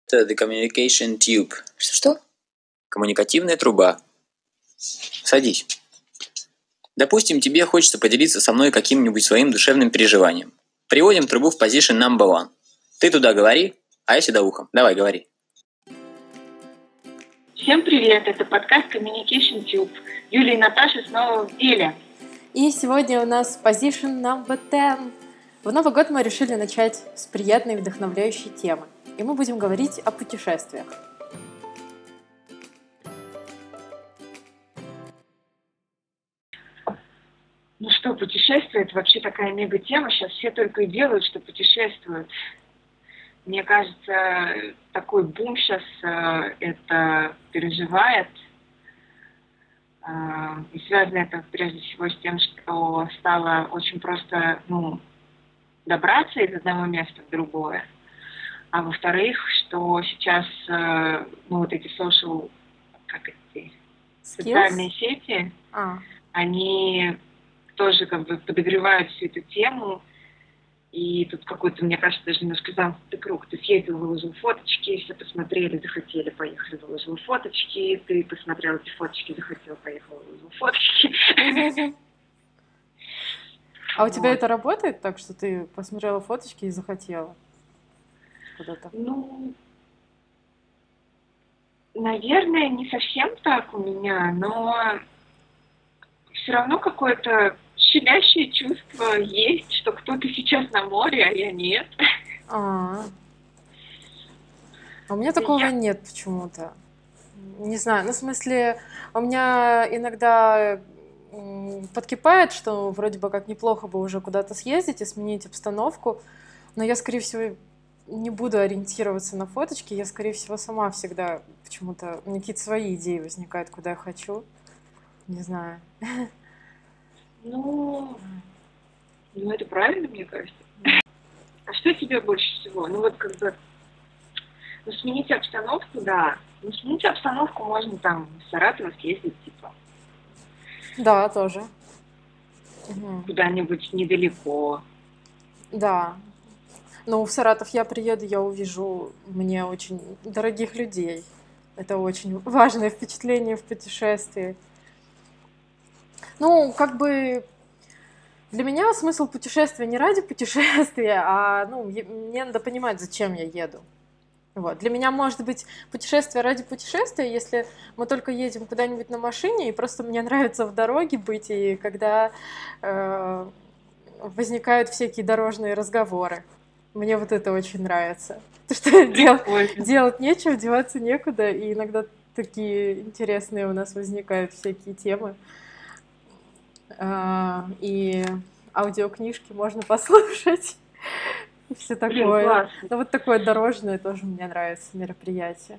The communication tube. Что? Коммуникативная труба. Садись. Допустим, тебе хочется поделиться со мной каким-нибудь своим душевным переживанием. Приводим трубу в position number one. Ты туда говори, а я сюда ухом. Давай, говори. Всем привет, это подкаст Communication Tube. Юлия и Наташа снова в деле. И сегодня у нас position number 10. В Новый год мы решили начать с приятной и вдохновляющей темы. И мы будем говорить о путешествиях. Ну что, путешествие — это вообще такая мега-тема. Сейчас все только и делают, что путешествуют. Мне кажется, такой бум сейчас это переживает. И связано это прежде всего с тем, что стало очень просто добраться из одного места в другое. А во-вторых, что сейчас вот эти социальные сети, они тоже как бы подогревают всю эту тему. И тут какой-то, мне кажется, даже немножко замкнутый круг. Ты съездил, выложил фоточки, все посмотрели, захотели, поехали, выложил фоточки. Ты посмотрел эти фоточки, захотел, поехал, выложил фоточки. А у тебя это работает так, что ты посмотрела фоточки и захотела куда-то? Ну, наверное, не совсем так у меня, но все равно какое-то щемящее чувство есть, что кто-то сейчас на море, а я нет. А у меня такого нет почему-то. Не знаю, в смысле, у меня иногда подкипает, что вроде бы как неплохо бы уже куда-то съездить и сменить обстановку, но я, скорее всего, не буду ориентироваться на фоточки, я, скорее всего, сама всегда почему-то, у меня какие-то свои идеи возникают, куда я хочу. Не знаю. Ну, это правильно, мне кажется. А что тебе больше всего? Сменить обстановку, да. Сменить обстановку можно там в Саратово съездить, Да, тоже. Куда-нибудь недалеко. Да. Но в Саратов я приеду, я увижу мне очень дорогих людей. Это очень важное впечатление в путешествии. Для меня смысл путешествия не ради путешествия, а мне надо понимать, зачем я еду. Вот. Для меня может быть путешествие ради путешествия, если мы только едем куда-нибудь на машине, и просто мне нравится в дороге быть, и когда возникают всякие дорожные разговоры. Мне вот это очень нравится. Потому что делать нечего, деваться некуда, и иногда такие интересные у нас возникают всякие темы. И аудиокнижки можно послушать. И все такое. Но вот такое дорожное тоже мне нравится мероприятие.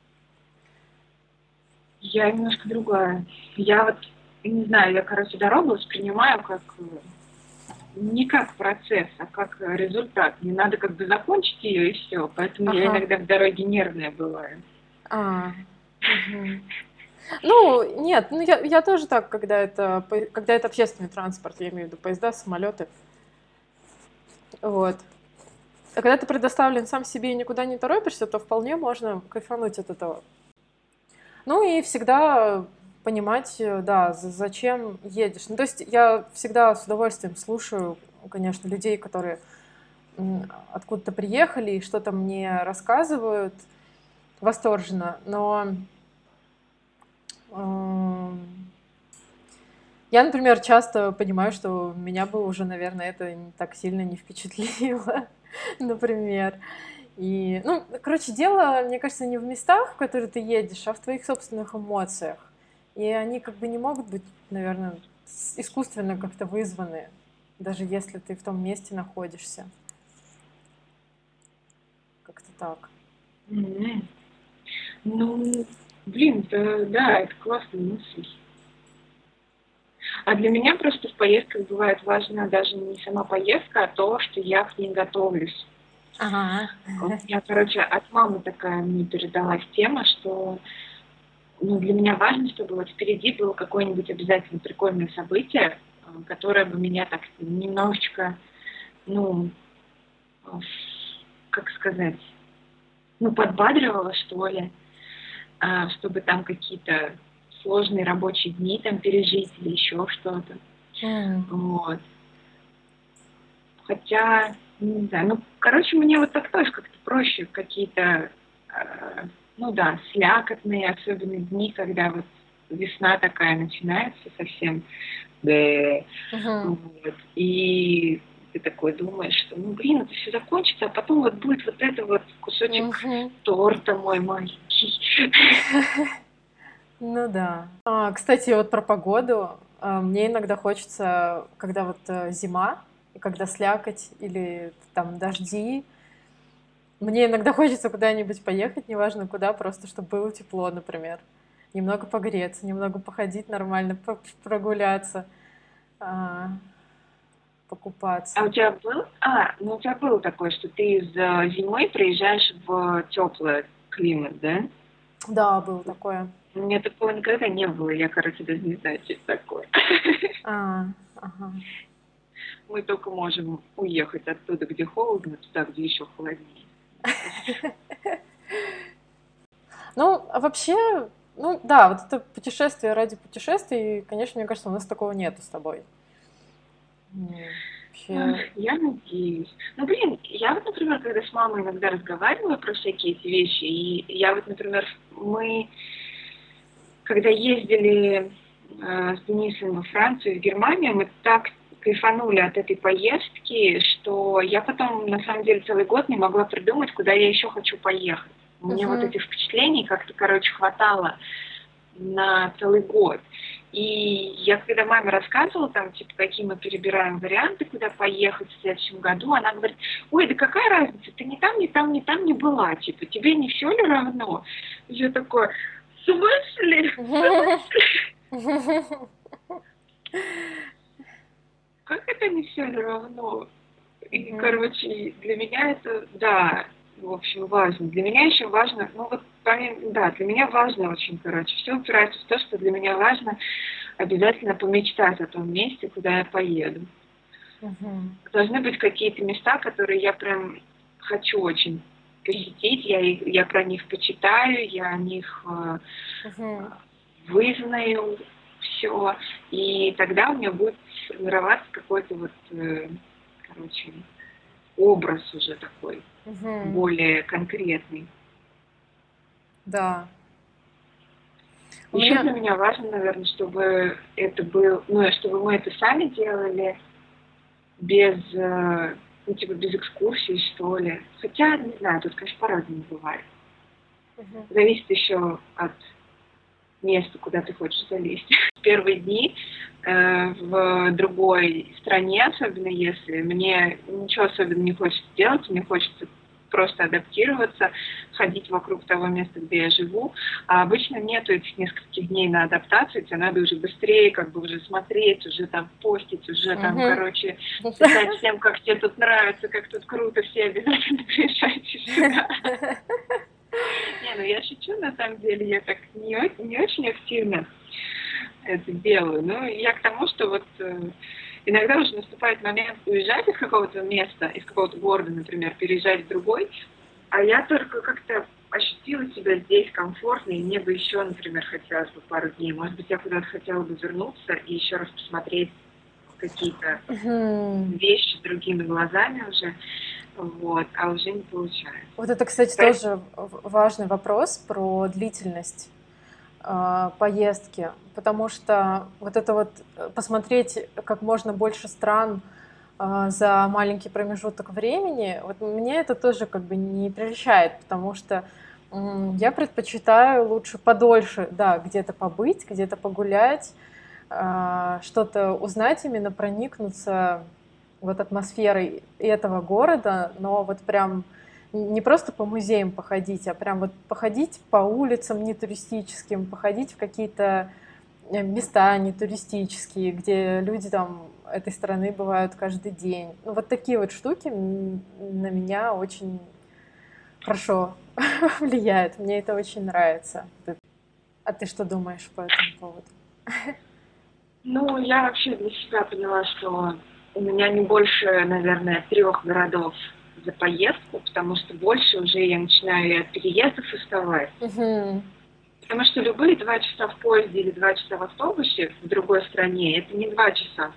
Я немножко другая. Я не знаю, дорогу воспринимаю не как процесс, а как результат. Мне надо закончить ее и все. Поэтому я иногда в дороге нервная бываю. Нет, я тоже так, когда это общественный транспорт, я имею в виду поезда, самолеты. Вот. А когда ты предоставлен сам себе и никуда не торопишься, то вполне можно кайфануть от этого. И всегда понимать, да, зачем едешь. То есть я всегда с удовольствием слушаю, конечно, людей, которые откуда-то приехали и что-то мне рассказывают восторженно, но я, например, часто понимаю, что меня бы уже, наверное, это так сильно не впечатлило, например. И, дело, мне кажется, не в местах, в которые ты едешь, а в твоих собственных эмоциях. И они не могут быть, наверное, искусственно как-то вызваны, даже если ты в том месте находишься. Как-то так. Да, это классная мысль. А для меня просто в поездках бывает важно даже не сама поездка, а то, что я к ней готовлюсь. У меня, от мамы такая мне передалась тема, что для меня важно, чтобы впереди было какое-нибудь обязательно прикольное событие, которое бы меня так немножечко, как сказать, ну, подбадривала, что ли, чтобы там какие-то сложные рабочие дни там пережить или еще что-то. Вот. Хотя, не знаю, ну, короче, мне вот так тоже как-то проще какие-то, ну да, слякотные, особенно дни, когда вот весна такая начинается совсем. Вот. И ты такой думаешь, что, ну, блин, это все закончится, а потом вот будет вот это вот кусочек торта мой маленький. Ну да. Кстати, вот про погоду. Мне иногда хочется, когда вот зима, и когда слякоть или там дожди, мне иногда хочется куда-нибудь поехать, неважно куда, просто чтобы было тепло, например. Немного погреться, немного походить нормально, прогуляться, покупаться. А у тебя был? Ну у тебя было такое, что ты из зимой приезжаешь в теплый климат, да? Да, было такое. У меня такого никогда не было. Я, короче, даже не знаю, что это такое. Ага. Мы только можем уехать оттуда, где холодно, туда, где еще холоднее. Ну, а вообще, ну да, вот это путешествие ради путешествий, конечно, мне кажется, у нас такого нету с тобой. Вообще... Я надеюсь. Ну, блин, я вот, например, когда с мамой иногда разговариваю про всякие эти вещи, и я вот, например, мы, когда ездили с Денисом во Францию, в Германию, мы так кайфанули от этой поездки, что я потом, на самом деле, целый год не могла придумать, куда я еще хочу поехать. Мне вот этих впечатлений как-то, короче, хватало на целый год. И я когда маме рассказывала, там, типа, какие мы перебираем варианты, куда поехать в следующем году, она говорит, ой, да какая разница, ты ни там, ни там, ни там не была, типа, тебе не все ли равно? Я такой, в смысле? Как это не все ли равно? И, короче, для меня это, да, в общем, важно. Для меня еще важно, ну вот, да, для меня важно очень, короче, все упирается в то, что для меня важно обязательно помечтать о том месте, куда я поеду. Должны быть какие-то места, которые я прям хочу очень посетить, я про них почитаю, я о них вызнаю все, и тогда у меня будет формироваться какой-то вот, короче, образ уже такой, более конкретный. Да. Еще для меня важно, наверное, чтобы это был, ну, чтобы мы это сами делали без, ну, типа, без экскурсий, что ли. Хотя, не знаю, тут, конечно, по-разному бывает. Зависит еще от места, куда ты хочешь залезть. В первые дни в другой стране, особенно если мне ничего особенно не хочется делать, мне хочется просто адаптироваться, ходить вокруг того места, где я живу. А обычно нету этих нескольких дней на адаптацию, тебе надо уже быстрее как бы уже смотреть, уже там постить, уже там, короче, писать всем, как тебе тут нравится, как тут круто, все обязательно приезжайте сюда. Не, ну я шучу, на самом деле, я так не очень активно это делаю. Но я к тому, что вот иногда уже наступает момент уезжать из какого-то места, из какого-то города, например, переезжать в другой, а я только как-то ощутила себя здесь комфортно, и мне бы еще, например, хотелось бы пару дней. Может быть, я куда-то хотела бы вернуться и еще раз посмотреть какие-то вещи другими глазами уже. Вот, а уже не получается. Вот это, кстати, тоже важный вопрос про длительность поездки, потому что вот это вот посмотреть как можно больше стран за маленький промежуток времени, вот меня это тоже как бы не прельщает, потому что я предпочитаю лучше подольше, да, где-то побыть, где-то погулять, что-то узнать, именно проникнуться вот атмосферой этого города, но вот прям не просто по музеям походить, а прям вот походить по улицам нетуристическим, походить в какие-то места нетуристические, где люди там этой страны бывают каждый день. Ну, вот такие вот штуки на меня очень хорошо влияют. Мне это очень нравится. А ты что думаешь по этому поводу? Ну, я вообще для себя поняла, что у меня не больше, наверное, 3 городов за поездку, потому что больше уже я начинаю и от переездов уставать. Потому что любые 2 часа в поезде или 2 часа в автобусе в другой стране, это не 2 часа.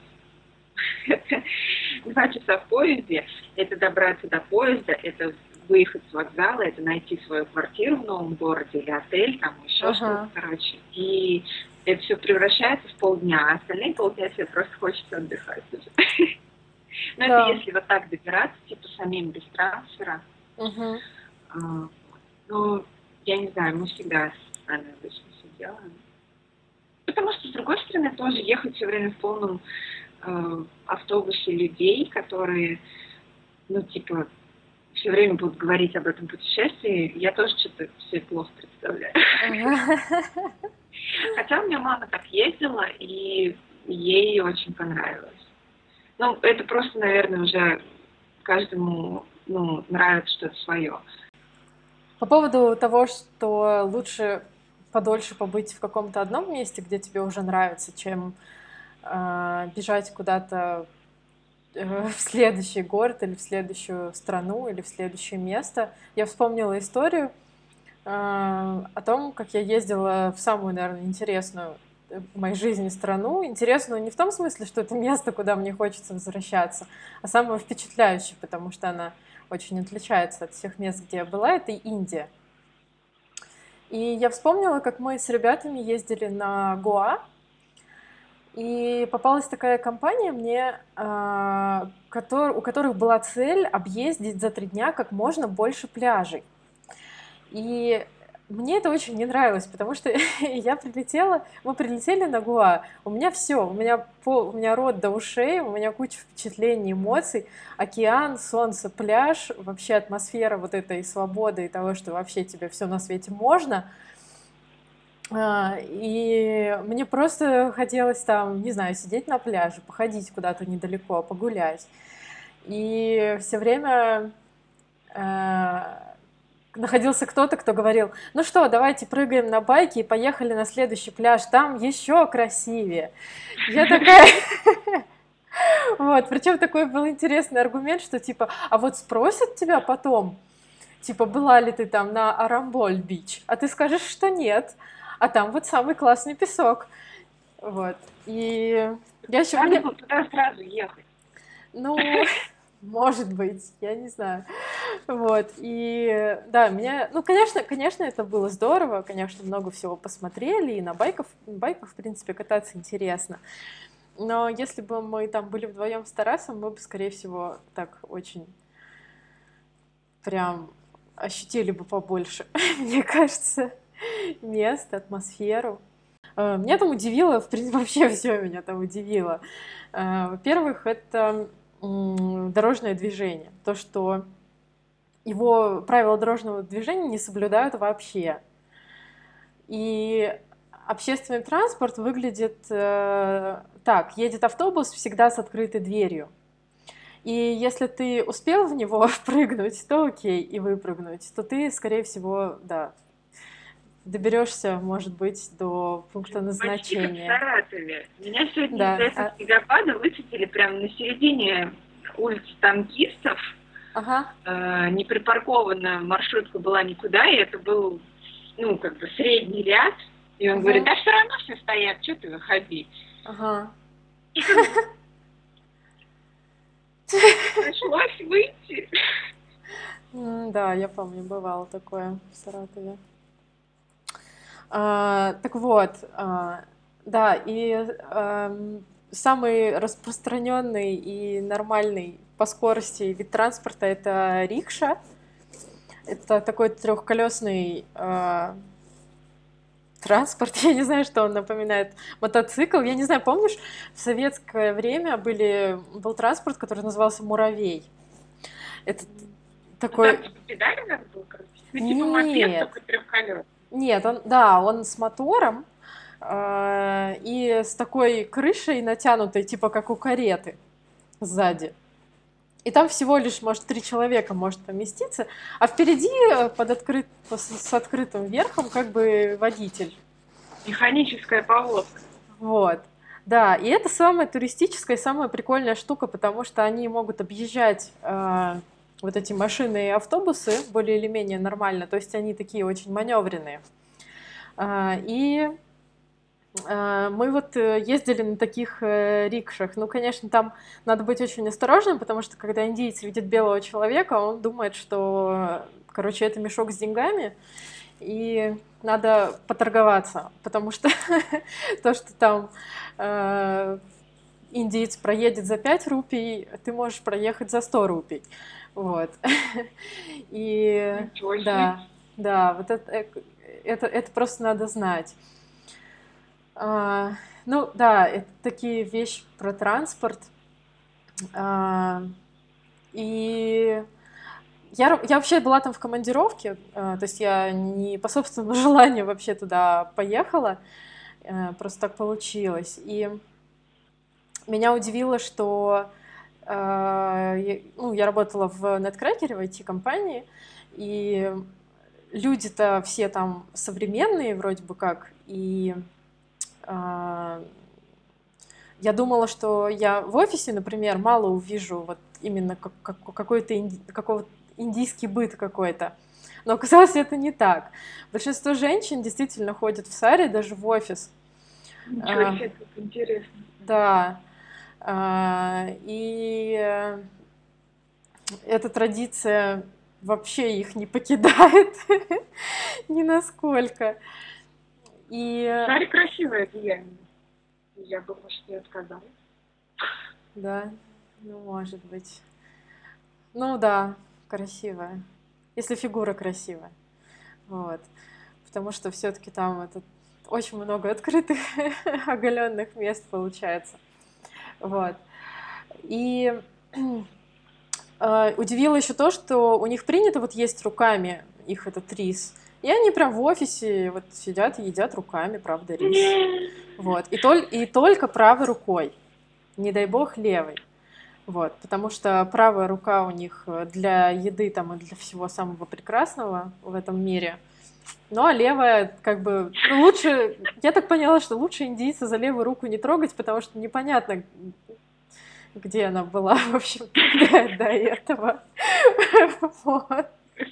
2 часа в поезде, это добраться до поезда, это выехать с вокзала, это найти свою квартиру в новом городе или отель, там еще что-то, короче. И это все превращается в полдня, а остальные полдня тебе просто хочется отдыхать уже. Но это если вот так добираться, типа самим без трансфера. Ну, я не знаю, мы всегда с вами обычно все делаем. Потому что, с другой стороны, тоже ехать все время в полном автобусе людей, которые, ну, типа, все время будут говорить об этом путешествии, я тоже что-то все плохо представляю. Хотя у меня мама так ездила, и ей очень понравилось. Ну, это просто, наверное, уже каждому, ну, нравится что-то свое. По поводу того, что лучше подольше побыть в каком-то одном месте, где тебе уже нравится, чем бежать куда-то в следующий город или в следующую страну или в следующее место. Я вспомнила историю о том, как я ездила в самую, наверное, интересную в моей жизни страну. Интересную не в том смысле, что это место, куда мне хочется возвращаться, а самое впечатляющее, потому что она очень отличается от всех мест, где я была, это Индия. И я вспомнила, как мы с ребятами ездили на Гоа, и попалась такая компания мне, у которых была цель объездить за 3 дня как можно больше пляжей. И мне это очень не нравилось, потому что мы прилетели на Гоа, у меня все, у меня рот до ушей, у меня куча впечатлений, эмоций, океан, солнце, пляж, вообще атмосфера вот этой свободы и того, что вообще тебе все на свете можно. И мне просто хотелось там, не знаю, сидеть на пляже, походить куда-то недалеко, погулять. И все время находился кто-то, кто говорил: ну что, давайте прыгаем на байке и поехали на следующий пляж, там еще красивее. Я такая... Вот, причем такой был интересный аргумент, что типа, а вот спросят тебя потом, типа, была ли ты там на Арамболь-бич, а ты скажешь, что нет. А там вот самый классный песок. Вот. И я еще... Надо было туда сразу ехать. Ну, может быть, я не знаю. Вот. И да, ну, конечно, это было здорово. Конечно, много всего посмотрели. И на байках, в принципе, кататься интересно. Но если бы мы там были вдвоем с Тарасом, мы бы, скорее всего, так очень прям ощутили бы побольше, мне кажется, место, атмосферу. Меня там удивило, в принципе, вообще все меня там удивило. Во-первых, это дорожное движение. То, что его правила дорожного движения не соблюдают вообще. И общественный транспорт выглядит так. Едет автобус всегда с открытой дверью. И если ты успел в него впрыгнуть, то окей, и выпрыгнуть, то ты, скорее всего, да, доберешься, может быть, до пункта назначения. Почти как в Саратове. Меня сегодня из-за этого снегопада высадили прямо на середине улицы танкистов. Не припаркована маршрутка была никуда, и это был, ну, как бы средний ряд. И он говорит: да все равно все стоят, что ты выходи. И пришлось выйти. Да, я помню, бывало такое в Саратове. Так вот, да, и самый распространенный и нормальный по скорости вид транспорта — это рикша. Это такой трехколесный транспорт, я не знаю, что он напоминает. Мотоцикл, я не знаю, помнишь, в советское время был транспорт, который назывался «Муравей». Это такой... Там педали надо было, короче? Типа мопед, только трехколесный. Нет, он с мотором и с такой крышей натянутой, типа как у кареты сзади. И там всего лишь, может, 3 человека может поместиться, а впереди с открытым верхом как бы водитель. Механическая повозка. Вот. Да, и это самая туристическая и самая прикольная штука, потому что они могут объезжать вот эти машины и автобусы более или менее нормально, то есть они такие очень маневренные. И мы вот ездили на таких рикшах. Ну, конечно, там надо быть очень осторожным, потому что когда индиец видит белого человека, он думает, что, короче, это мешок с деньгами, и надо поторговаться, потому что то, что там индиец проедет за 5 рупий, ты можешь проехать за 100 рупий. Вот. И да, вот это просто надо знать. Ну да, это такие вещи про транспорт. И я вообще была там в командировке, то есть я не по собственному желанию вообще туда поехала, просто так получилось. И меня удивило, что я работала в Netcracker, в IT-компании, и люди-то все там современные вроде бы как, и я думала, что я в офисе, например, мало увижу вот именно какой-то индийский быт какой-то. Но оказалось, это не так. Большинство женщин действительно ходят в сари даже в офис. Ничего себе, как интересно. Да. И эта традиция вообще их не покидает ни насколько. Сари красивая одеяние. Я думаю, что я отказалась. Да, ну, может быть. Ну да, красивая. Если фигура красивая. Вот. Потому что все-таки там это очень много открытых, оголенных мест получается. Вот. И удивило еще то, что у них принято вот есть руками их этот рис. И они прям в офисе вот сидят и едят руками, правда, рис. Вот. И только правой рукой. Не дай бог левой. Вот. Потому что правая рука у них для еды там, и для всего самого прекрасного в этом мире. Ну, а левая, как бы, ну, лучше, я так поняла, что лучше индийца за левую руку не трогать, потому что непонятно, где она была, в общем, до этого. Вот.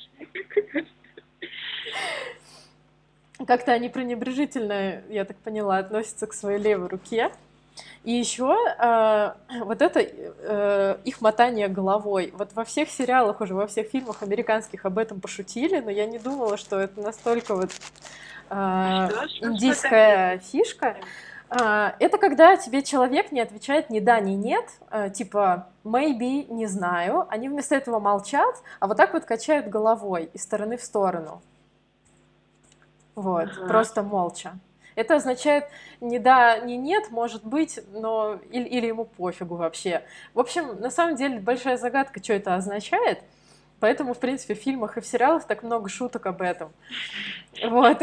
Как-то они пренебрежительно, я так поняла, относятся к своей левой руке. И еще вот это их мотание головой. Вот во всех сериалах уже, во всех фильмах американских об этом пошутили, но я не думала, что это настолько вот индийская фишка. Это когда тебе человек не отвечает ни да, ни нет, типа maybe, не знаю. Они вместо этого молчат, а вот так вот качают головой из стороны в сторону. Вот, просто молча. Это означает ни да, ни нет, может быть, но или ему пофигу вообще. В общем, на самом деле большая загадка, что это означает. Поэтому, в принципе, в фильмах и в сериалах так много шуток об этом. Вот.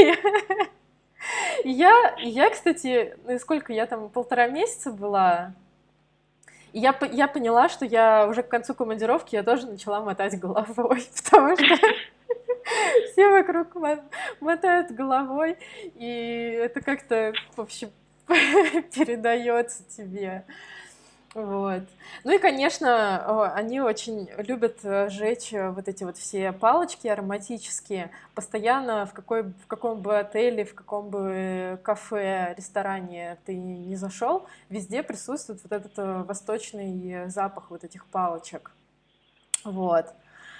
Я, кстати, сколько я там, 1,5 месяца была, и я поняла, что я уже к концу командировки я тоже начала мотать головой, потому что все вокруг мотают головой, и это как-то, в общем, передается тебе. Вот. Ну и, конечно, они очень любят жечь вот эти вот все палочки ароматические. Постоянно в каком бы отеле, в каком бы кафе, ресторане ты не зашел, везде присутствует вот этот восточный запах вот этих палочек. Вот.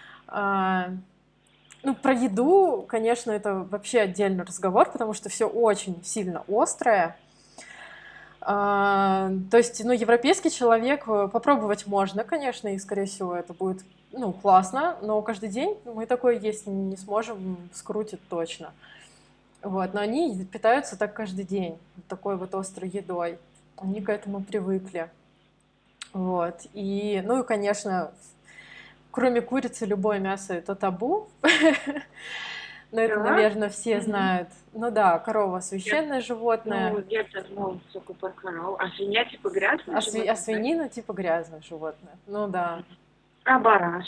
Ну, про еду, конечно, это вообще отдельный разговор, потому что все очень сильно острое. То есть, ну, европейский человек попробовать можно, конечно, и, скорее всего, это будет, ну, классно, но каждый день мы такое есть не сможем, скрутит точно. Вот, но они питаются так каждый день, такой вот острой едой. Они к этому привыкли. Вот, и, ну, и, конечно, кроме курицы, любое мясо — это табу. Но это, наверное, все знают. Ну да, корова — священное животное. Ну, я-то знала только про корову. А свинья типа грязное животное? А свинина типа грязное животное. Ну да. А бараш?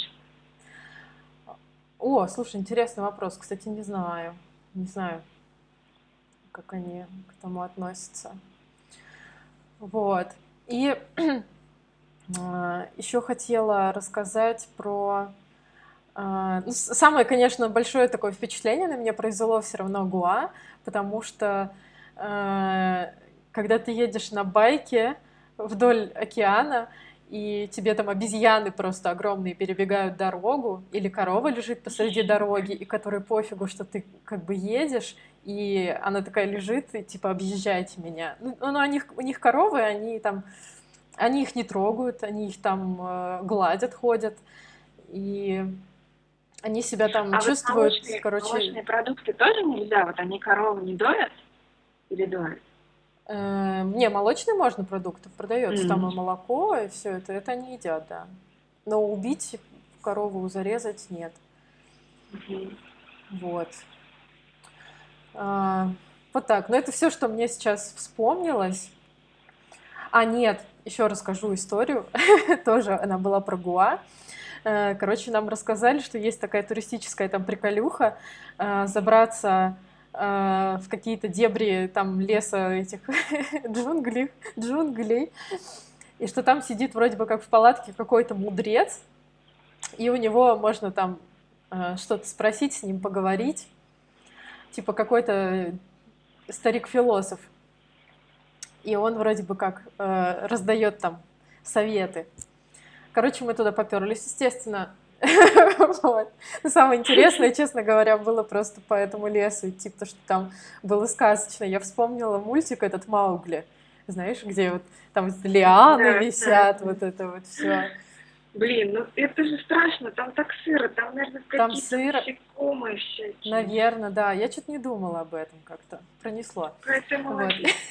О, слушай, интересный вопрос. Кстати, не знаю. Не знаю, как они к этому относятся. Вот. И Еще хотела рассказать про... Самое, конечно, большое такое впечатление на меня произвело все равно Гоа, потому что когда ты едешь на байке вдоль океана, и тебе там обезьяны просто огромные перебегают дорогу, или корова лежит посреди дороги, и которой пофигу, что ты как бы едешь, и она такая лежит, и типа объезжайте меня. Ну, у них коровы, они их не трогают, они их там гладят, ходят, и они себя там чувствуют, молочные продукты тоже нельзя? Вот они корову не доят или доят? Не, молочные можно продуктов, продается там и молоко, и все это они едят, да. Но убить корову, зарезать нет. Вот. Вот так. Но это все, что мне сейчас вспомнилось. Нет, еще расскажу историю. Тоже она была про Гоа. Короче, нам рассказали, что есть такая туристическая там приколюха, забраться в какие-то дебри там леса этих джунглей, и что там сидит вроде бы как в палатке какой-то мудрец, и у него можно там что-то спросить, с ним поговорить, типа какой-то старик-философ, и он вроде бы как раздает там советы. Короче, мы туда поперлись, естественно. Вот. Но самое интересное, честно говоря, было просто по этому лесу идти, потому что там было сказочно. Я вспомнила мультик этот «Маугли», знаешь, где вот там лианы висят, вот это вот все. Блин, ну это же страшно, там так сыро, там, наверное, какие-то насекомые всякие. Наверное, да. Я что-то не думала об этом как-то. Пронесло. Поэтому...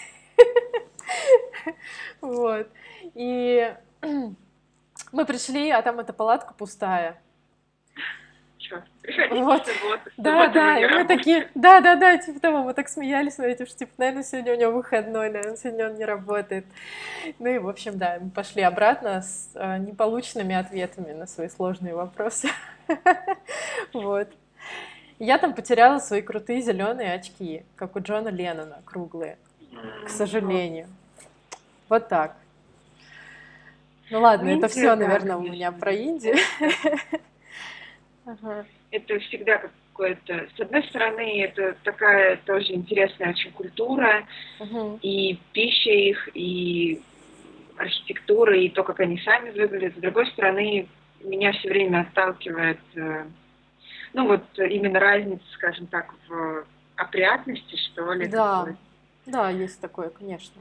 Вот. И... Мы пришли, а там эта палатка пустая. Чё? Приходите вот. Да, и мы такие, да, типа того, мы так смеялись над этим, что, типа, наверное, сегодня у него выходной, наверное, сегодня он не работает. Ну и, в общем, да, мы пошли обратно с неполученными ответами на свои сложные вопросы. Вот. Я там потеряла свои крутые зеленые очки, как у Джона Леннона, круглые, к сожалению. Вот так. Ну ладно, это все, наверное, у меня про Индию. Это всегда какое-то... С одной стороны, это такая тоже интересная очень культура, и пища их, и архитектура, и то, как они сами выглядят. С другой стороны, меня все время отталкивает, ну вот именно разница, скажем так, в опрятности, что ли. Да, есть такое, конечно.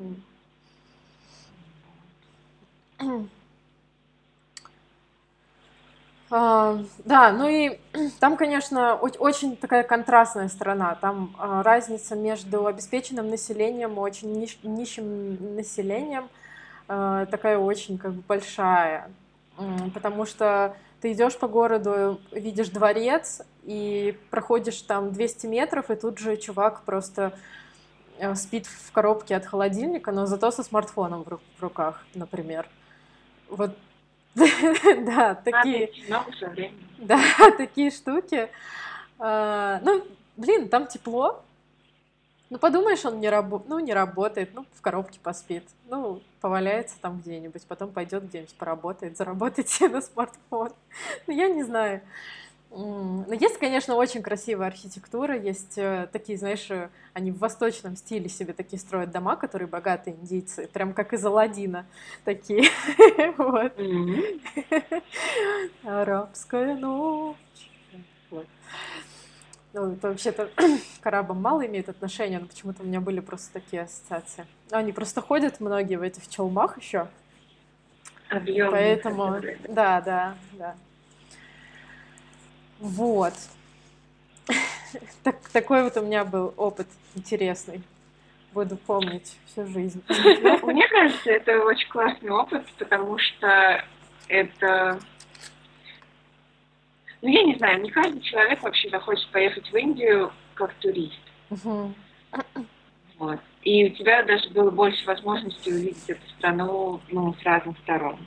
Да, ну и там, конечно, очень такая контрастная страна. Там разница между обеспеченным населением и очень нищим населением такая очень как бы большая. Потому что ты идешь по городу, видишь дворец и проходишь там 200 метров, и тут же чувак просто спит в коробке от холодильника, но зато со смартфоном в руках, например. Вот, да, такие штуки. Ну, блин, там тепло. Ну, подумаешь, он не работает, ну, в коробке поспит. Ну, поваляется там где-нибудь, потом пойдет где-нибудь поработает, заработает себе на смартфон. Ну, я не знаю. Но есть, конечно, очень красивая архитектура, есть такие, знаешь, они в восточном стиле себе такие строят дома, которые богатые индийцы, прям как из Аладдина такие. Вот. Арабская ночь. Вот. Ну, это вообще-то к арабам мало имеет отношения, но почему-то у меня были просто такие ассоциации. Они просто ходят многие в этих чалмах еще. Поэтому, да. Вот. Такой вот у меня был опыт интересный. Буду помнить всю жизнь. Ну, мне кажется, это очень классный опыт, потому что это... Ну, я не знаю, не каждый человек вообще захочет поехать в Индию как турист. Вот. И у тебя даже было больше возможностей увидеть эту страну, ну, с разных сторон.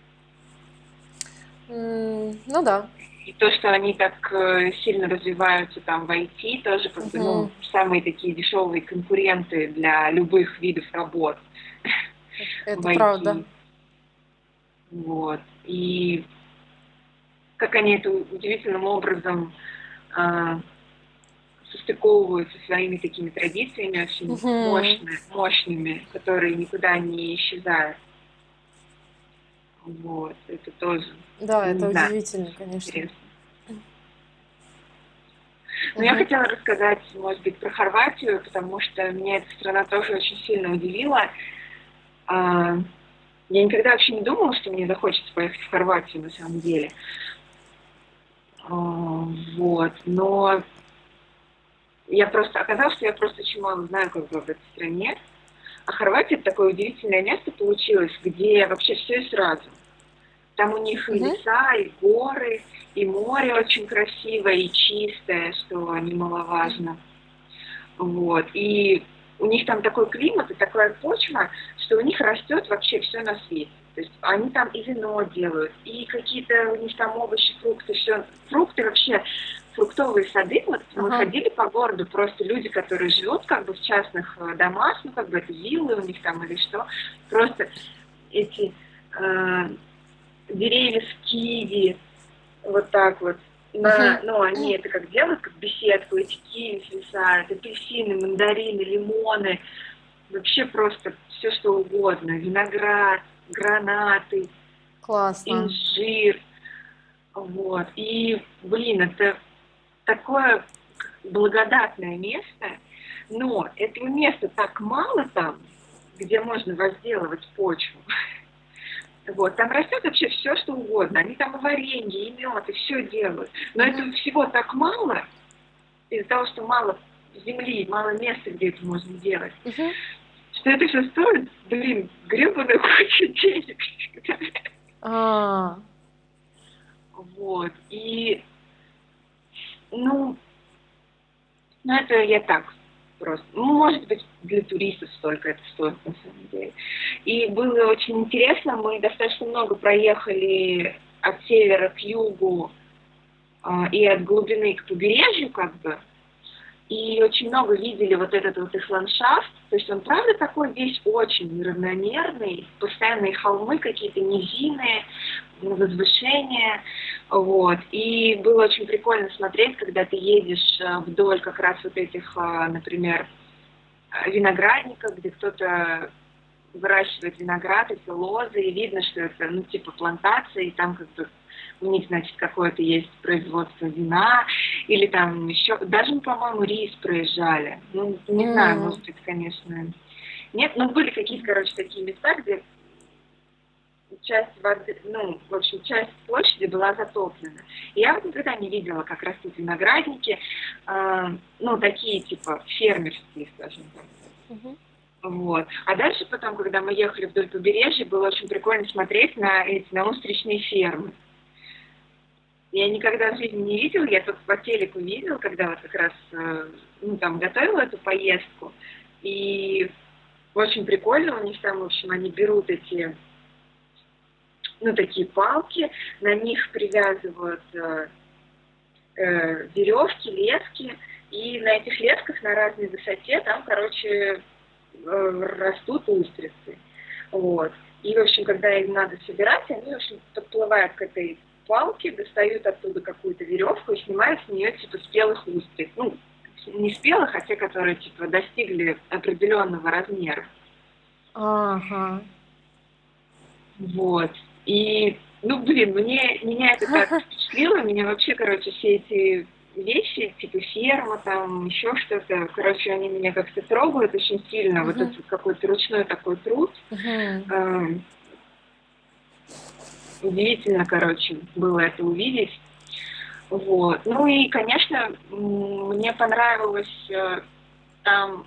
Ну да. И то, что они так сильно развиваются там в IT, тоже как бы, ну, самые такие дешевые конкуренты для любых видов работ. Это правда. Вот. И как они это удивительным образом состыковывают со своими такими традициями очень мощными, которые никуда не исчезают. Вот, это тоже. Да, это удивительно, конечно. Интересно. Но я хотела рассказать, может быть, про Хорватию, потому что меня эта страна тоже очень сильно удивила. Я никогда вообще не думала, что мне захочется поехать в Хорватию на самом деле. Вот, но оказалось, что я просто очень мало знаю как бы об этой стране. А Хорватия — это такое удивительное место получилось, где вообще все и сразу. Там у них и леса, и горы, и море очень красивое и чистое, что немаловажно. Вот. И у них там такой климат и такая почва, что у них растет вообще все на свете. То есть они там и вино делают, и какие-то у них там овощи, фрукты, все. Фрукты вообще, фруктовые сады. Вот мы ходили по городу, просто люди, которые живут как бы в частных домах, ну как бы это виллы у них там или что, просто эти деревья с киви, вот так вот. Ну, они это как делают, как беседку, эти киви свисают, апельсины, мандарины, лимоны, вообще просто все что угодно, виноград, гранаты, инжир, вот. И, блин, это такое благодатное место, но этого места так мало там, где можно возделывать почву. Вот, там растет вообще все, что угодно. Они там и варенье, и мед, и все делают. Но этого всего так мало, из-за того, что мало земли, мало места, где это можно делать, что это все стоит, блин, гребаную кучу денег. Вот. И, это я так просто. Может быть, для туристов столько это стоит, на самом деле. И было очень интересно, мы достаточно много проехали от севера к югу и от глубины к побережью, как бы. И очень много видели вот этот вот их ландшафт. То есть он, правда, такой весь очень равномерный, постоянные холмы, какие-то низины, возвышения. Вот. И было очень прикольно смотреть, когда ты едешь вдоль как раз вот этих, например, виноградников, где кто-то выращивает виноград, эти лозы, и видно, что это, типа плантация, и там как бы у них, значит, какое-то есть производство вина, или там еще, даже, по-моему, рис проезжали. Не знаю, может быть, конечно. Нет, но были какие-то, короче, такие места, где часть воды, в общем, часть площади была затоплена. И я вот никогда не видела, как растут виноградники, такие, типа, фермерские, скажем так. Вот. А дальше потом, когда мы ехали вдоль побережья, было очень прикольно смотреть на устричные фермы. Я никогда в жизни не видела, я только по телеку видела, когда вот как раз готовила эту поездку. И очень прикольно, у них там, в общем, они берут эти, такие палки, на них привязывают веревки, лески, и на этих лесках на разной высоте там, короче, растут устрицы. Вот. И, в общем, когда им надо собирать, они, в общем, подплывают к этой палке, достают оттуда какую-то веревку и снимают с нее, типа, спелых устриц. Не спелых, а те, которые, типа, достигли определенного размера. Ага. Вот. И, меня это так впечатлило, меня вообще, короче, все эти вещи, типа ферма, там, еще что-то, короче, они меня как-то трогают очень сильно, вот этот какой-то ручной такой труд. Удивительно, короче, было это увидеть. Вот. И, конечно, мне понравилось там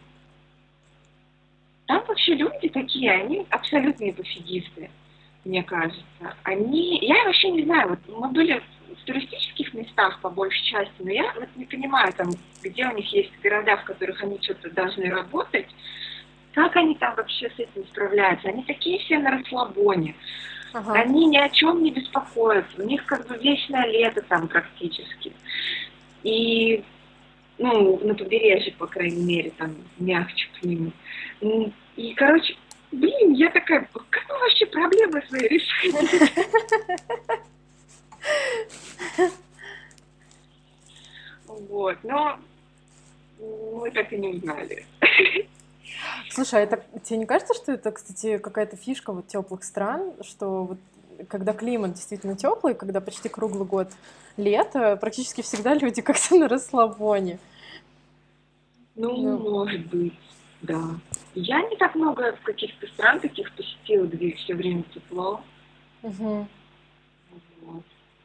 вообще люди такие, они абсолютные пофигисты, мне кажется. Я вообще не знаю, вот мы были в туристических местах по большей части, но я вот не понимаю, там, где у них есть города, в которых они что-то должны работать, как они там вообще с этим справляются. Они такие все на расслабоне. Они ни о чем не беспокоятся. У них как бы вечное лето там практически. И, на побережье, по крайней мере, там мягче к ним. И, короче, блин, я такая, как вы вообще проблемы свои решаете? Вот, но мы так и не узнали. Слушай, а это, тебе не кажется, что это, кстати, какая-то фишка вот теплых стран, что вот когда климат действительно теплый, когда почти круглый год лето, практически всегда люди как-то на расслабоне. Ну, может быть, да. Я не так много в каких-то стран таких посетила, где все время тепло. Угу. Вот.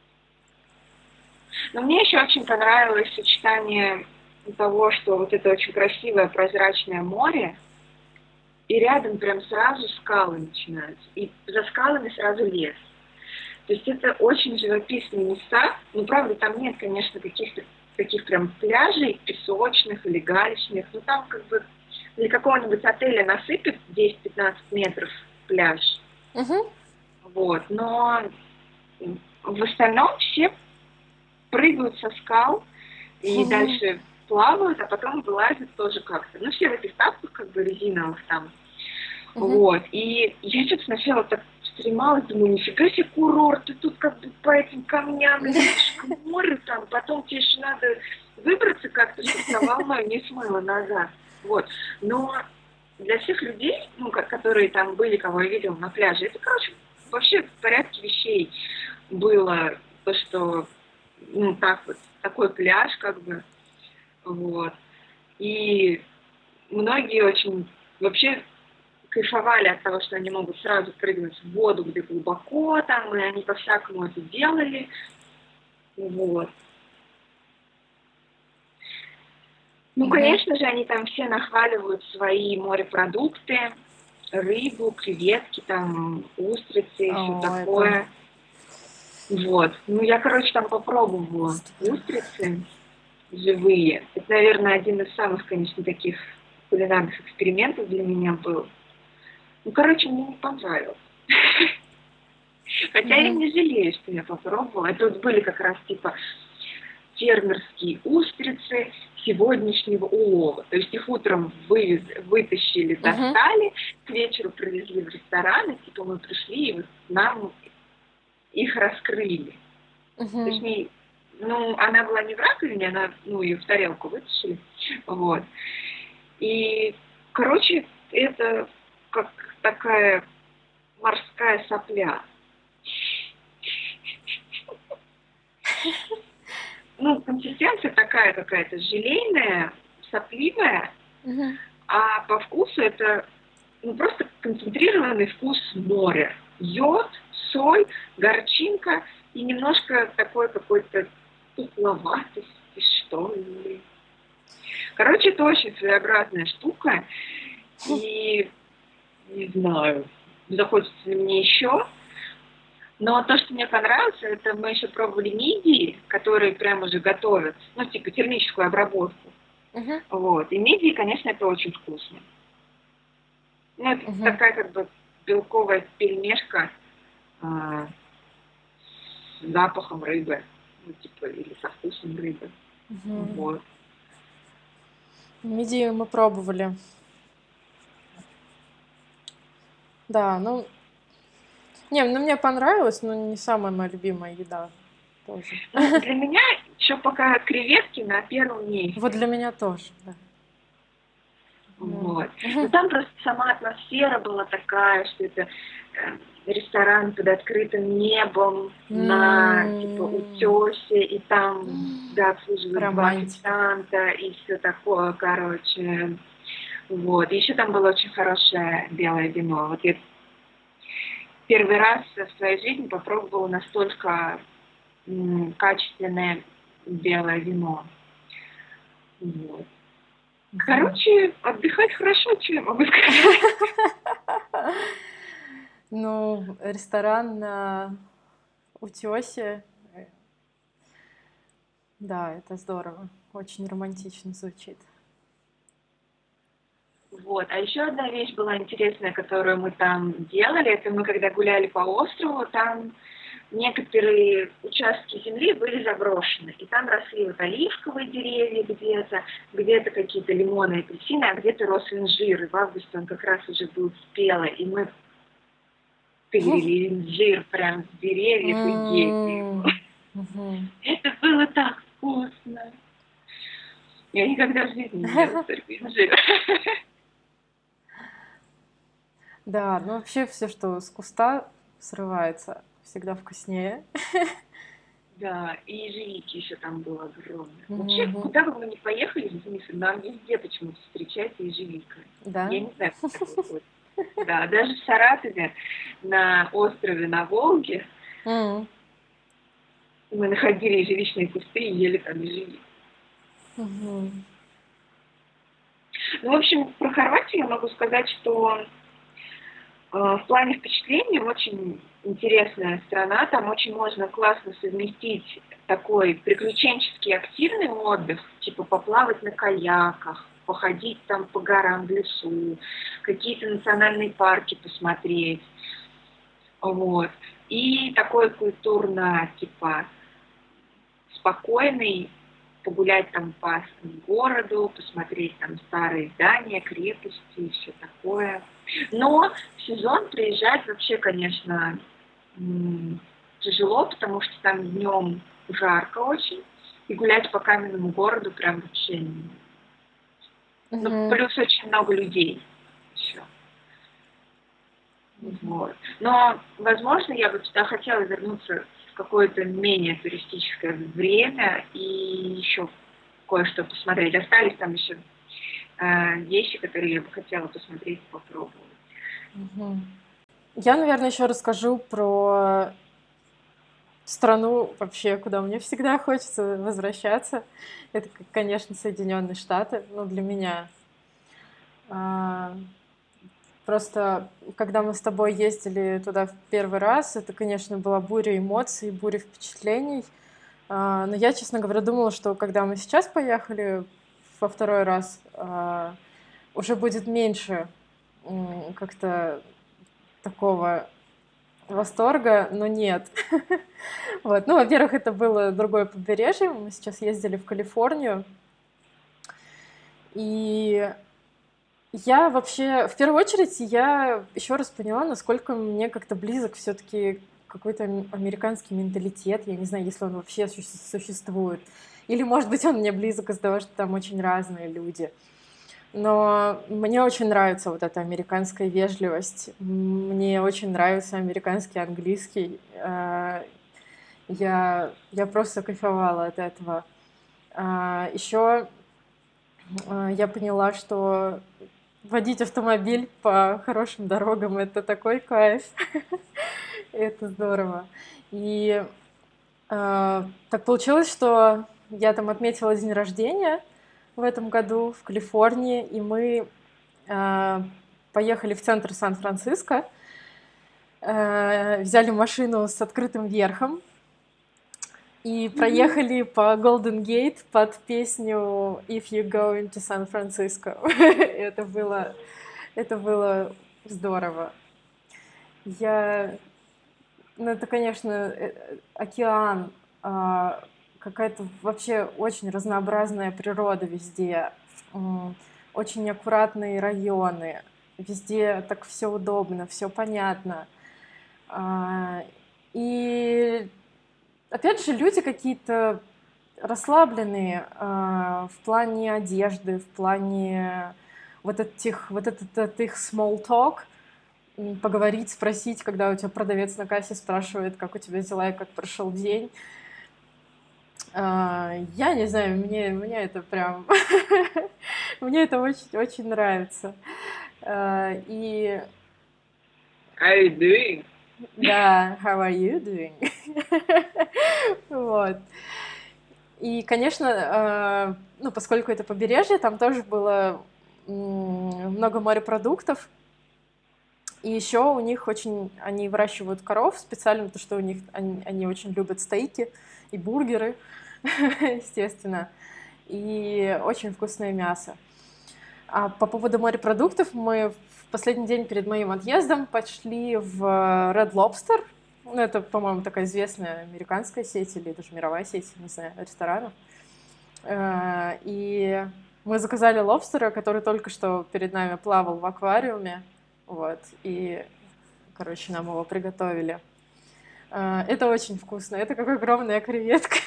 Но мне еще очень понравилось сочетание того, что вот это очень красивое прозрачное море, и рядом прям сразу скалы начинаются, и за скалами сразу лес. То есть это очень живописные места. Ну, правда, там нет, конечно, каких-то таких прям пляжей песочных или галечных. Ну, там как бы для какого-нибудь отеля насыпят 10-15 метров пляж. Угу. Вот. Но в остальном все прыгают со скал и дальше плавают, а потом вылазят тоже как-то. Ну, все в этих тапках как бы резиновых там. Вот. И я что-то сначала так стремалась, думаю, нифига себе курорт, ты тут как бы по этим камням лезешь к морю, там, потом тебе еще надо выбраться как-то, чтобы тебя волной не смыло назад. Вот. Но для всех людей, ну, которые там были, кого я видела на пляже, это, короче, вообще в порядке вещей было то, что, ну, так вот, такой пляж, как бы, вот. И многие очень вообще кайфовали от того, что они могут сразу прыгнуть в воду, где глубоко там, и они по-всякому это делали. Вот. Ну, конечно же, они там все нахваливают свои морепродукты, рыбу, креветки, там, устрицы и все такое. Вот. Ну, я, короче, там попробовала устрицы живые. Это, наверное, один из самых, конечно, таких кулинарных экспериментов для меня был. Ну, короче, мне не понравилось. Хотя я не жалею, что я попробовала. Это вот были как раз типа фермерские устрицы сегодняшнего улова. То есть их утром вытащили, достали, к вечеру привезли в ресторан, и типа мы пришли, и вот нам их раскрыли. Точнее, ну, она была не в раковине, она, ну, ее в тарелку вытащили. Вот. И, короче, это как такая морская сопля. Ну, консистенция такая какая-то желейная, сопливая, а по вкусу это, ну, просто концентрированный вкус моря. Йод, соль, горчинка и немножко такой какой-то тукловатости, что ли. Короче, это очень своеобразная штука, и не знаю, захочется ли мне еще. Но то, что мне понравилось, это мы еще пробовали мидии, которые прям уже готовят, ну, типа термическую обработку. Вот. И мидии, конечно, это очень вкусно. Ну, это такая как бы белковая пельмешка с запахом рыбы, ну, типа, или со вкусом рыбы. Вот. Мидии мы пробовали. Да, ну... Не, ну мне понравилось, но не самая моя любимая еда тоже. Для меня еще пока креветки на первом месте. Вот для меня тоже, да. Вот. Но там просто сама атмосфера была такая, что это ресторан под открытым небом на типа утесе, и там да, обслуживают два официанта и все такое, короче. Вот. И еще там было очень хорошее белое вино. Вот я первый раз в своей жизни попробовала настолько качественное белое вино. Вот. Короче, отдыхать хорошо, что я могу сказать. Ну, ресторан на утёсе. Да, это здорово. Очень романтично звучит. Вот. А еще одна вещь была интересная, которую мы там делали. Это мы когда гуляли по острову, там некоторые участки земли были заброшены, и там росли вот оливковые деревья где-то какие-то лимоны, апельсины, а где-то рос инжир, и в августе он как раз уже был спелый, и мы тырили инжир прям с деревьев и ели его. Это было так вкусно. Я никогда в жизни не ела столько инжира. Да, ну вообще все, что с куста срывается, всегда вкуснее. Да, и ежевики еще там было огромное. Вообще, куда бы мы ни поехали, Денисом, нам везде почему-то встречается ежевика. Да? Я не знаю, как это выходит. Да, даже в Саратове, на острове на Волге, мы находили ежевичные кусты и ели там ежевик. Ну, в общем, про Хорватию я могу сказать, что в плане впечатлений очень интересная страна, там очень можно классно совместить такой приключенческий активный отдых, типа поплавать на каяках, походить там по горам в лесу, какие-то национальные парки посмотреть, вот. И такой культурно, типа, спокойный, погулять там по городу, посмотреть там старые здания, крепости и все такое. Но в сезон приезжать вообще, конечно, тяжело, потому что там днем жарко очень, и гулять по каменному городу прям вообще не... Ну, плюс очень много людей еще. Вот. Но, возможно, я бы туда хотела вернуться в какое-то менее туристическое время и еще кое-что посмотреть. Остались там еще вещи, которые я бы хотела посмотреть и попробовать. Я, наверное, еще расскажу про страну вообще, куда мне всегда хочется возвращаться. Это, конечно, Соединенные Штаты, но для меня. Просто, когда мы с тобой ездили туда в первый раз, это, конечно, была буря эмоций, буря впечатлений. Но я, честно говоря, думала, что когда мы сейчас поехали во второй раз, уже будет меньше как-то такого восторга, но нет. Вот. Ну, во-первых, это было другое побережье. Мы сейчас ездили в Калифорнию. И я вообще, в первую очередь, я еще раз поняла, насколько мне как-то близок все-таки какой-то американский менталитет. Я не знаю, если он вообще существует. Или, может быть, он мне близок из-за того, что там очень разные люди. Но мне очень нравится вот эта американская вежливость. Мне очень нравится американский английский. Я просто кайфовала от этого. Еще я поняла, что водить автомобиль по хорошим дорогам — это такой кайф. Это здорово. И так получилось, что я там отметила день рождения в этом году в Калифорнии, и мы поехали в центр Сан-Франциско, взяли машину с открытым верхом и проехали по Golden Gate под песню «If You Go into San Francisco». Это было здорово. Ну, это, конечно, океан, какая-то вообще очень разнообразная природа везде, очень аккуратные районы, везде так все удобно, все понятно. И опять же, люди какие-то расслабленные в плане одежды, в плане вот этот их small talk, поговорить, спросить, когда у тебя продавец на кассе спрашивает, как у тебя дела и как прошел день. Я не знаю, мне это прям... Мне это очень нравится. И... How are you doing? Да, how are you doing? Вот. И, конечно, ну, поскольку это побережье, там тоже было много морепродуктов. И еще у них они выращивают коров специально, потому что у них они очень любят стейки и бургеры, естественно, и очень вкусное мясо. А по поводу морепродуктов, мы в последний день перед моим отъездом пошли в Red Lobster Ну, это, по-моему, такая известная американская сеть или даже мировая сеть, не знаю, ресторанов. И мы заказали лобстера, который только что перед нами плавал в аквариуме. Вот. И, короче, нам его приготовили. Это очень вкусно. Это как огромная креветка.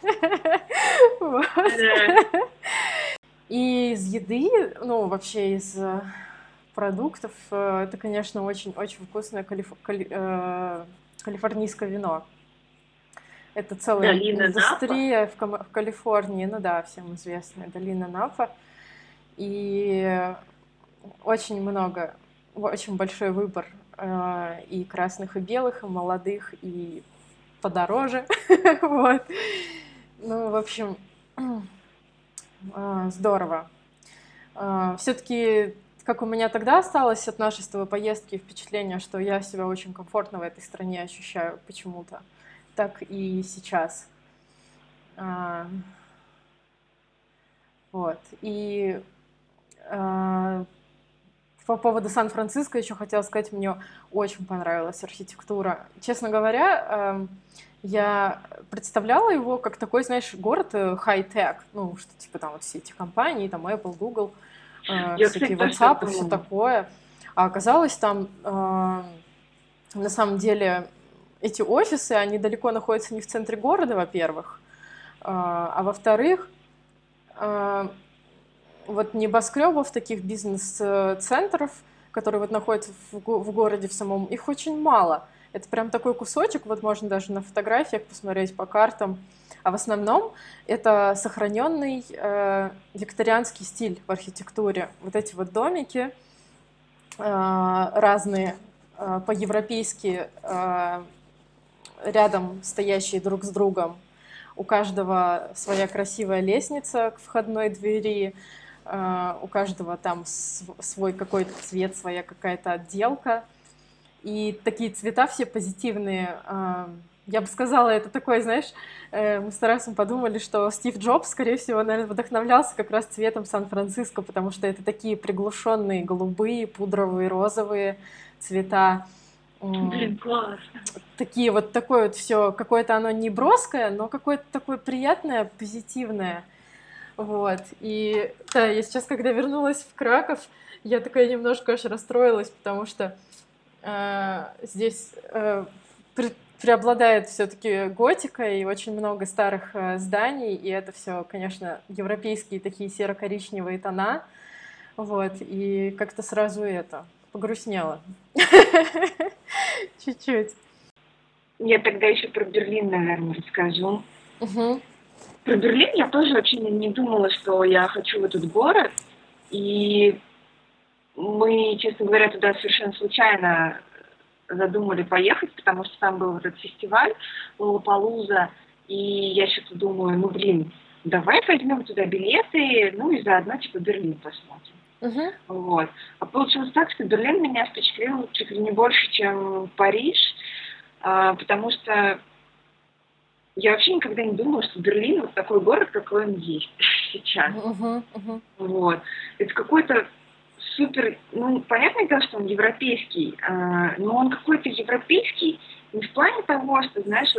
И из еды, ну, вообще из продуктов, это, конечно, очень-очень вкусное калифорнийское вино. Это целая индустрия в Калифорнии, ну да, всем известная долина Напа. И очень много, очень большой выбор и красных, и белых, и молодых, и подороже. Вот. Ну, в общем, здорово. Все-таки, как у меня тогда осталось от нашей с тобой поездки впечатление, что я себя очень комфортно в этой стране ощущаю почему-то, так и сейчас. Вот. И по поводу Сан-Франциско еще хотела сказать, мне очень понравилась архитектура. Честно говоря, я представляла его как такой, знаешь, город хай-тек, ну, что типа там вот все эти компании, там Apple, Google, всякие WhatsApp и все такое. А оказалось там, на самом деле, эти офисы, они далеко находятся не в центре города, во-первых, а во-вторых, вот небоскребов, таких бизнес-центров, которые вот находятся в городе в самом, их очень мало. Это прям такой кусочек, вот можно даже на фотографиях посмотреть по картам. А в основном это сохраненный викторианский стиль в архитектуре. Вот эти вот домики разные, по-европейски, рядом стоящие друг с другом. У каждого своя красивая лестница к входной двери, у каждого там свой какой-то цвет, своя какая-то отделка. И такие цвета все позитивные. Я бы сказала, это такой, знаешь, мы с Тарасом подумали, что Стив Джобс, скорее всего, наверное, вдохновлялся как раз цветом Сан-Франциско, потому что это такие приглушенные голубые, пудровые, розовые цвета. Блин, классно. Такие вот, такое вот все, какое-то оно не броское, но какое-то такое приятное, позитивное. Вот. И да, я сейчас, когда вернулась в Краков, я такая немножко аж расстроилась, потому что здесь преобладает все-таки готика и очень много старых зданий, и это все, конечно, европейские такие серо-коричневые тона. Вот. И как-то сразу это погрустнело. Чуть-чуть. Я тогда еще про Берлин, наверное, расскажу. Про Берлин я тоже вообще не думала, что я хочу в этот город. И мы, честно говоря, туда совершенно случайно задумали поехать, потому что там был этот фестиваль Лоллапалуза. И я что-то думаю, ну блин, давай возьмем туда билеты, ну и заодно типа Берлин посмотрим. Вот. А получилось так, что Берлин меня впечатлил чуть ли не больше, чем Париж, потому что я вообще никогда не думала, что Берлин вот такой город, какой он есть сейчас. Вот. Это какой-то супер, ну, понятное дело, что он европейский, но он какой-то европейский не в плане того, что, знаешь,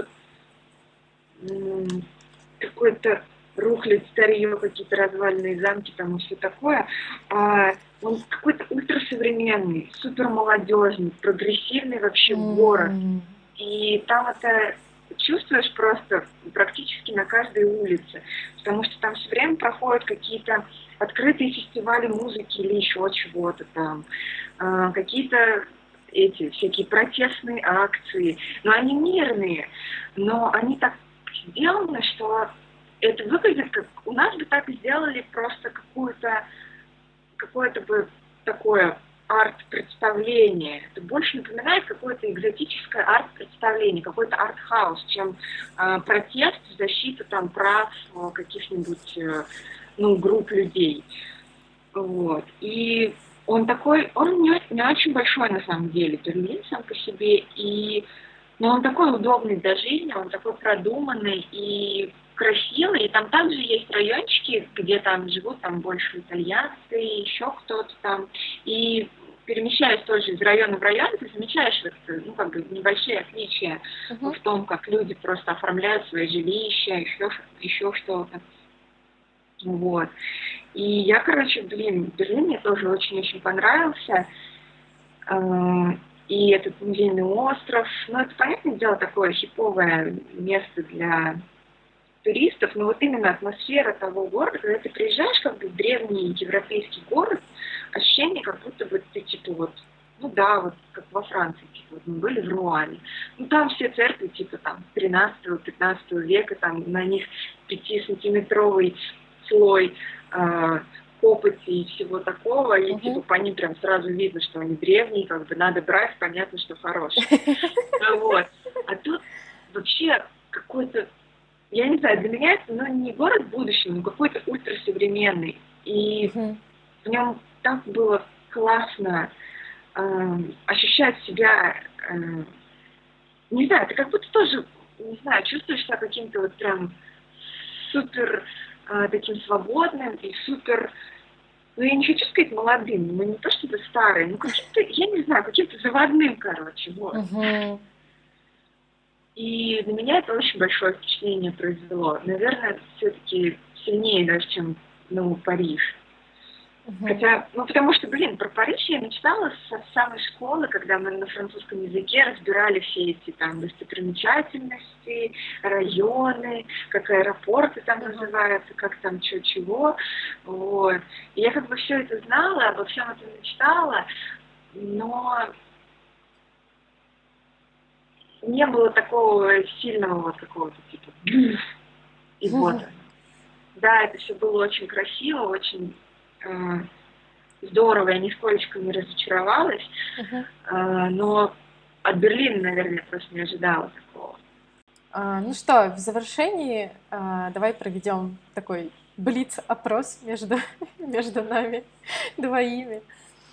вот какой-то рухлядь, старье, какие-то развальные замки там и все такое, он какой-то ультрасовременный, супер молодежный, прогрессивный вообще город. И там это чувствуешь просто практически на каждой улице, потому что там все время проходят какие-то открытые фестивали музыки или еще чего-то там, какие-то эти всякие протестные акции, но они мирные, но они так сделаны, что это выглядит как у нас бы так сделали просто какое-то бы такое арт-представление. Это больше напоминает какое-то экзотическое арт-представление, какой-то арт-хаус, чем протест, защита там прав каких-нибудь групп людей. Вот. И он такой, он не очень большой на самом деле, Берлин сам по себе, но он такой удобный для жизни, он такой продуманный и красивый, и там также есть райончики, где там живут там больше итальянцы, еще кто-то там, и перемещаясь тоже из района в район, ты замечаешь вот, ну, как бы небольшие отличия в том, как люди просто оформляют свои жилища, еще что-то. Вот. И я, короче, Берлин мне тоже очень-очень понравился. И этот музейный остров, ну, это, понятное дело, такое хиповое место для туристов, но вот именно атмосфера того города, когда ты приезжаешь как бы в древний европейский город, ощущение, как будто бы ты, типа, вот, ну да, вот как во Франции, типа, вот мы были в Руане. Ну там все церкви, типа, там, 13-15 века, там на них 5-сантиметровый слой копоти и всего такого, и типа по ним прям сразу видно, что они древние, как бы надо брать, понятно, что хорошие. Вот. А тут вообще какой-то, я не знаю, для меня это, ну, не город будущего, но какой-то ультрасовременный. И в нем так было классно ощущать себя, не знаю, ты как будто тоже, не знаю, чувствуешь себя каким-то вот прям супер таким свободным и супер, ну, я не хочу сказать молодым, но не то чтобы старый, ну, каким-то, я не знаю, каким-то заводным, короче, вот. И на меня это очень большое впечатление произвело. Наверное, все-таки сильнее даже, чем, ну, Париж. Хотя, ну, потому что, блин, про Париж я мечтала со самой школы, когда мы на французском языке разбирали все эти там достопримечательности, районы, как аэропорты там называются, как там чего. Вот. И я как бы все это знала, обо всем этом мечтала, но не было такого сильного вот какого-то типа и вот. Да, это все было очень красиво, очень здорово, я нисколько не разочаровалась, но от Берлина, наверное, просто не ожидала такого. Ну что, в завершении давай проведем такой блиц-опрос между нами двоими.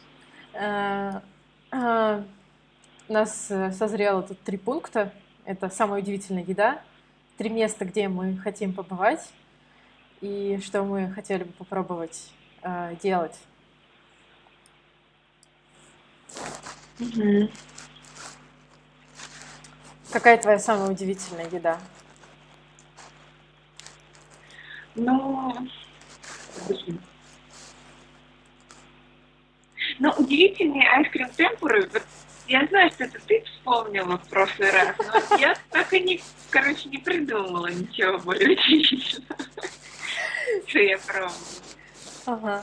У нас созрело тут 3 пункта. Это самая удивительная еда, 3 места, где мы хотим побывать и что мы хотели бы попробовать делать. Какая твоя самая удивительная еда? Ну, удивительный айскрим темпуры. Вот я знаю, что это ты вспомнила в прошлый раз, но я так и не, короче, не придумала ничего более удивительного, что я пробовала.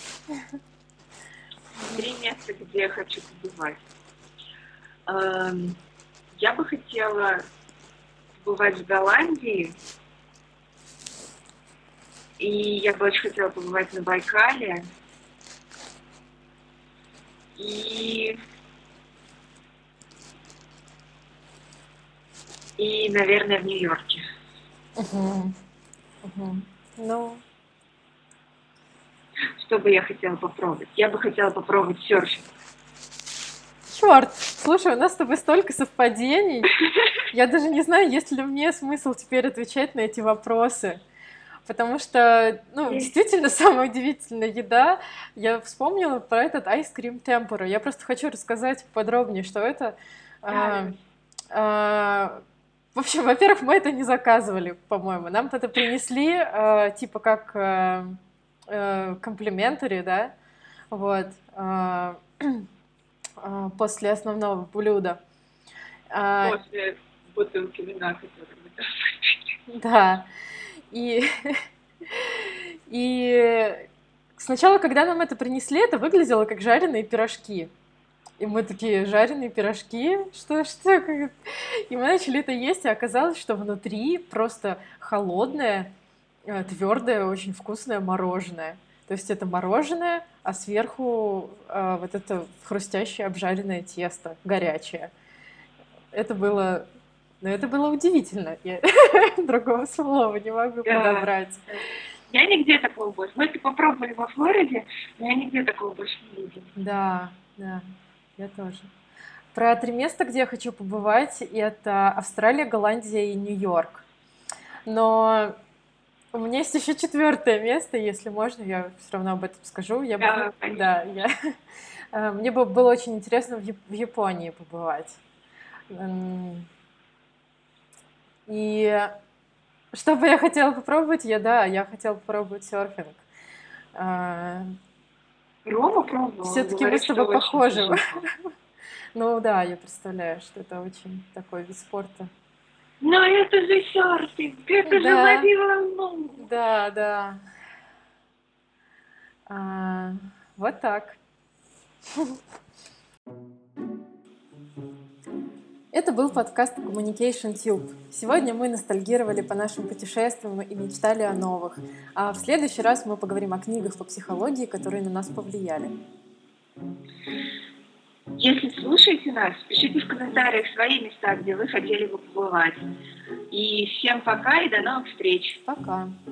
3 места, где я хочу побывать. Я бы хотела побывать в Голландии, и я бы очень хотела побывать на Байкале, и, наверное, в Нью-Йорке. Ну, что бы я хотела попробовать? Я бы хотела попробовать серфинг. Черт, слушай, у нас с тобой столько совпадений. Я даже не знаю, есть ли мне смысл теперь отвечать на эти вопросы. Потому что, ну, действительно, самая удивительная еда. Я вспомнила про этот айскрим темпура. Я просто хочу рассказать подробнее, что это. В общем, во-первых, мы это не заказывали, по-моему. Нам это принесли, типа как комплиментари, да, вот, после основного блюда. После бутылки вина, которую мы там выпили. Да. И сначала, когда нам это принесли, это выглядело как жареные пирожки. И мы такие, жареные пирожки? Что? И мы начали это есть, и оказалось, что внутри просто холодное, твердое, очень вкусное мороженое. То есть это мороженое, а сверху вот это хрустящее обжаренное тесто, горячее. Это было удивительно. Я другого слова не могу подобрать. Я нигде такого больше. Мы это попробовали во Флориде, но я нигде такого больше не видела. Да, я тоже. Про 3 места, где я хочу побывать, это Австралия, Голландия и Нью-Йорк. Но У меня есть еще 4 место, если можно, я все равно об этом скажу. Мне бы было очень интересно в Японии побывать. И что бы я хотела попробовать? Я хотела попробовать серфинг. Рома пробовала. Все-таки мы с тобой похожи. Ну да, я представляю, что это очень такой вид спорта. Но это же серфинг, это же лови волну. Да. Вот так. Это был подкаст Communication Tube. Сегодня мы ностальгировали по нашим путешествиям и мечтали о новых. А в следующий раз мы поговорим о книгах по психологии, которые на нас повлияли. Если слушаете нас, пишите в комментариях свои места, где вы хотели бы побывать. И всем пока и до новых встреч. Пока.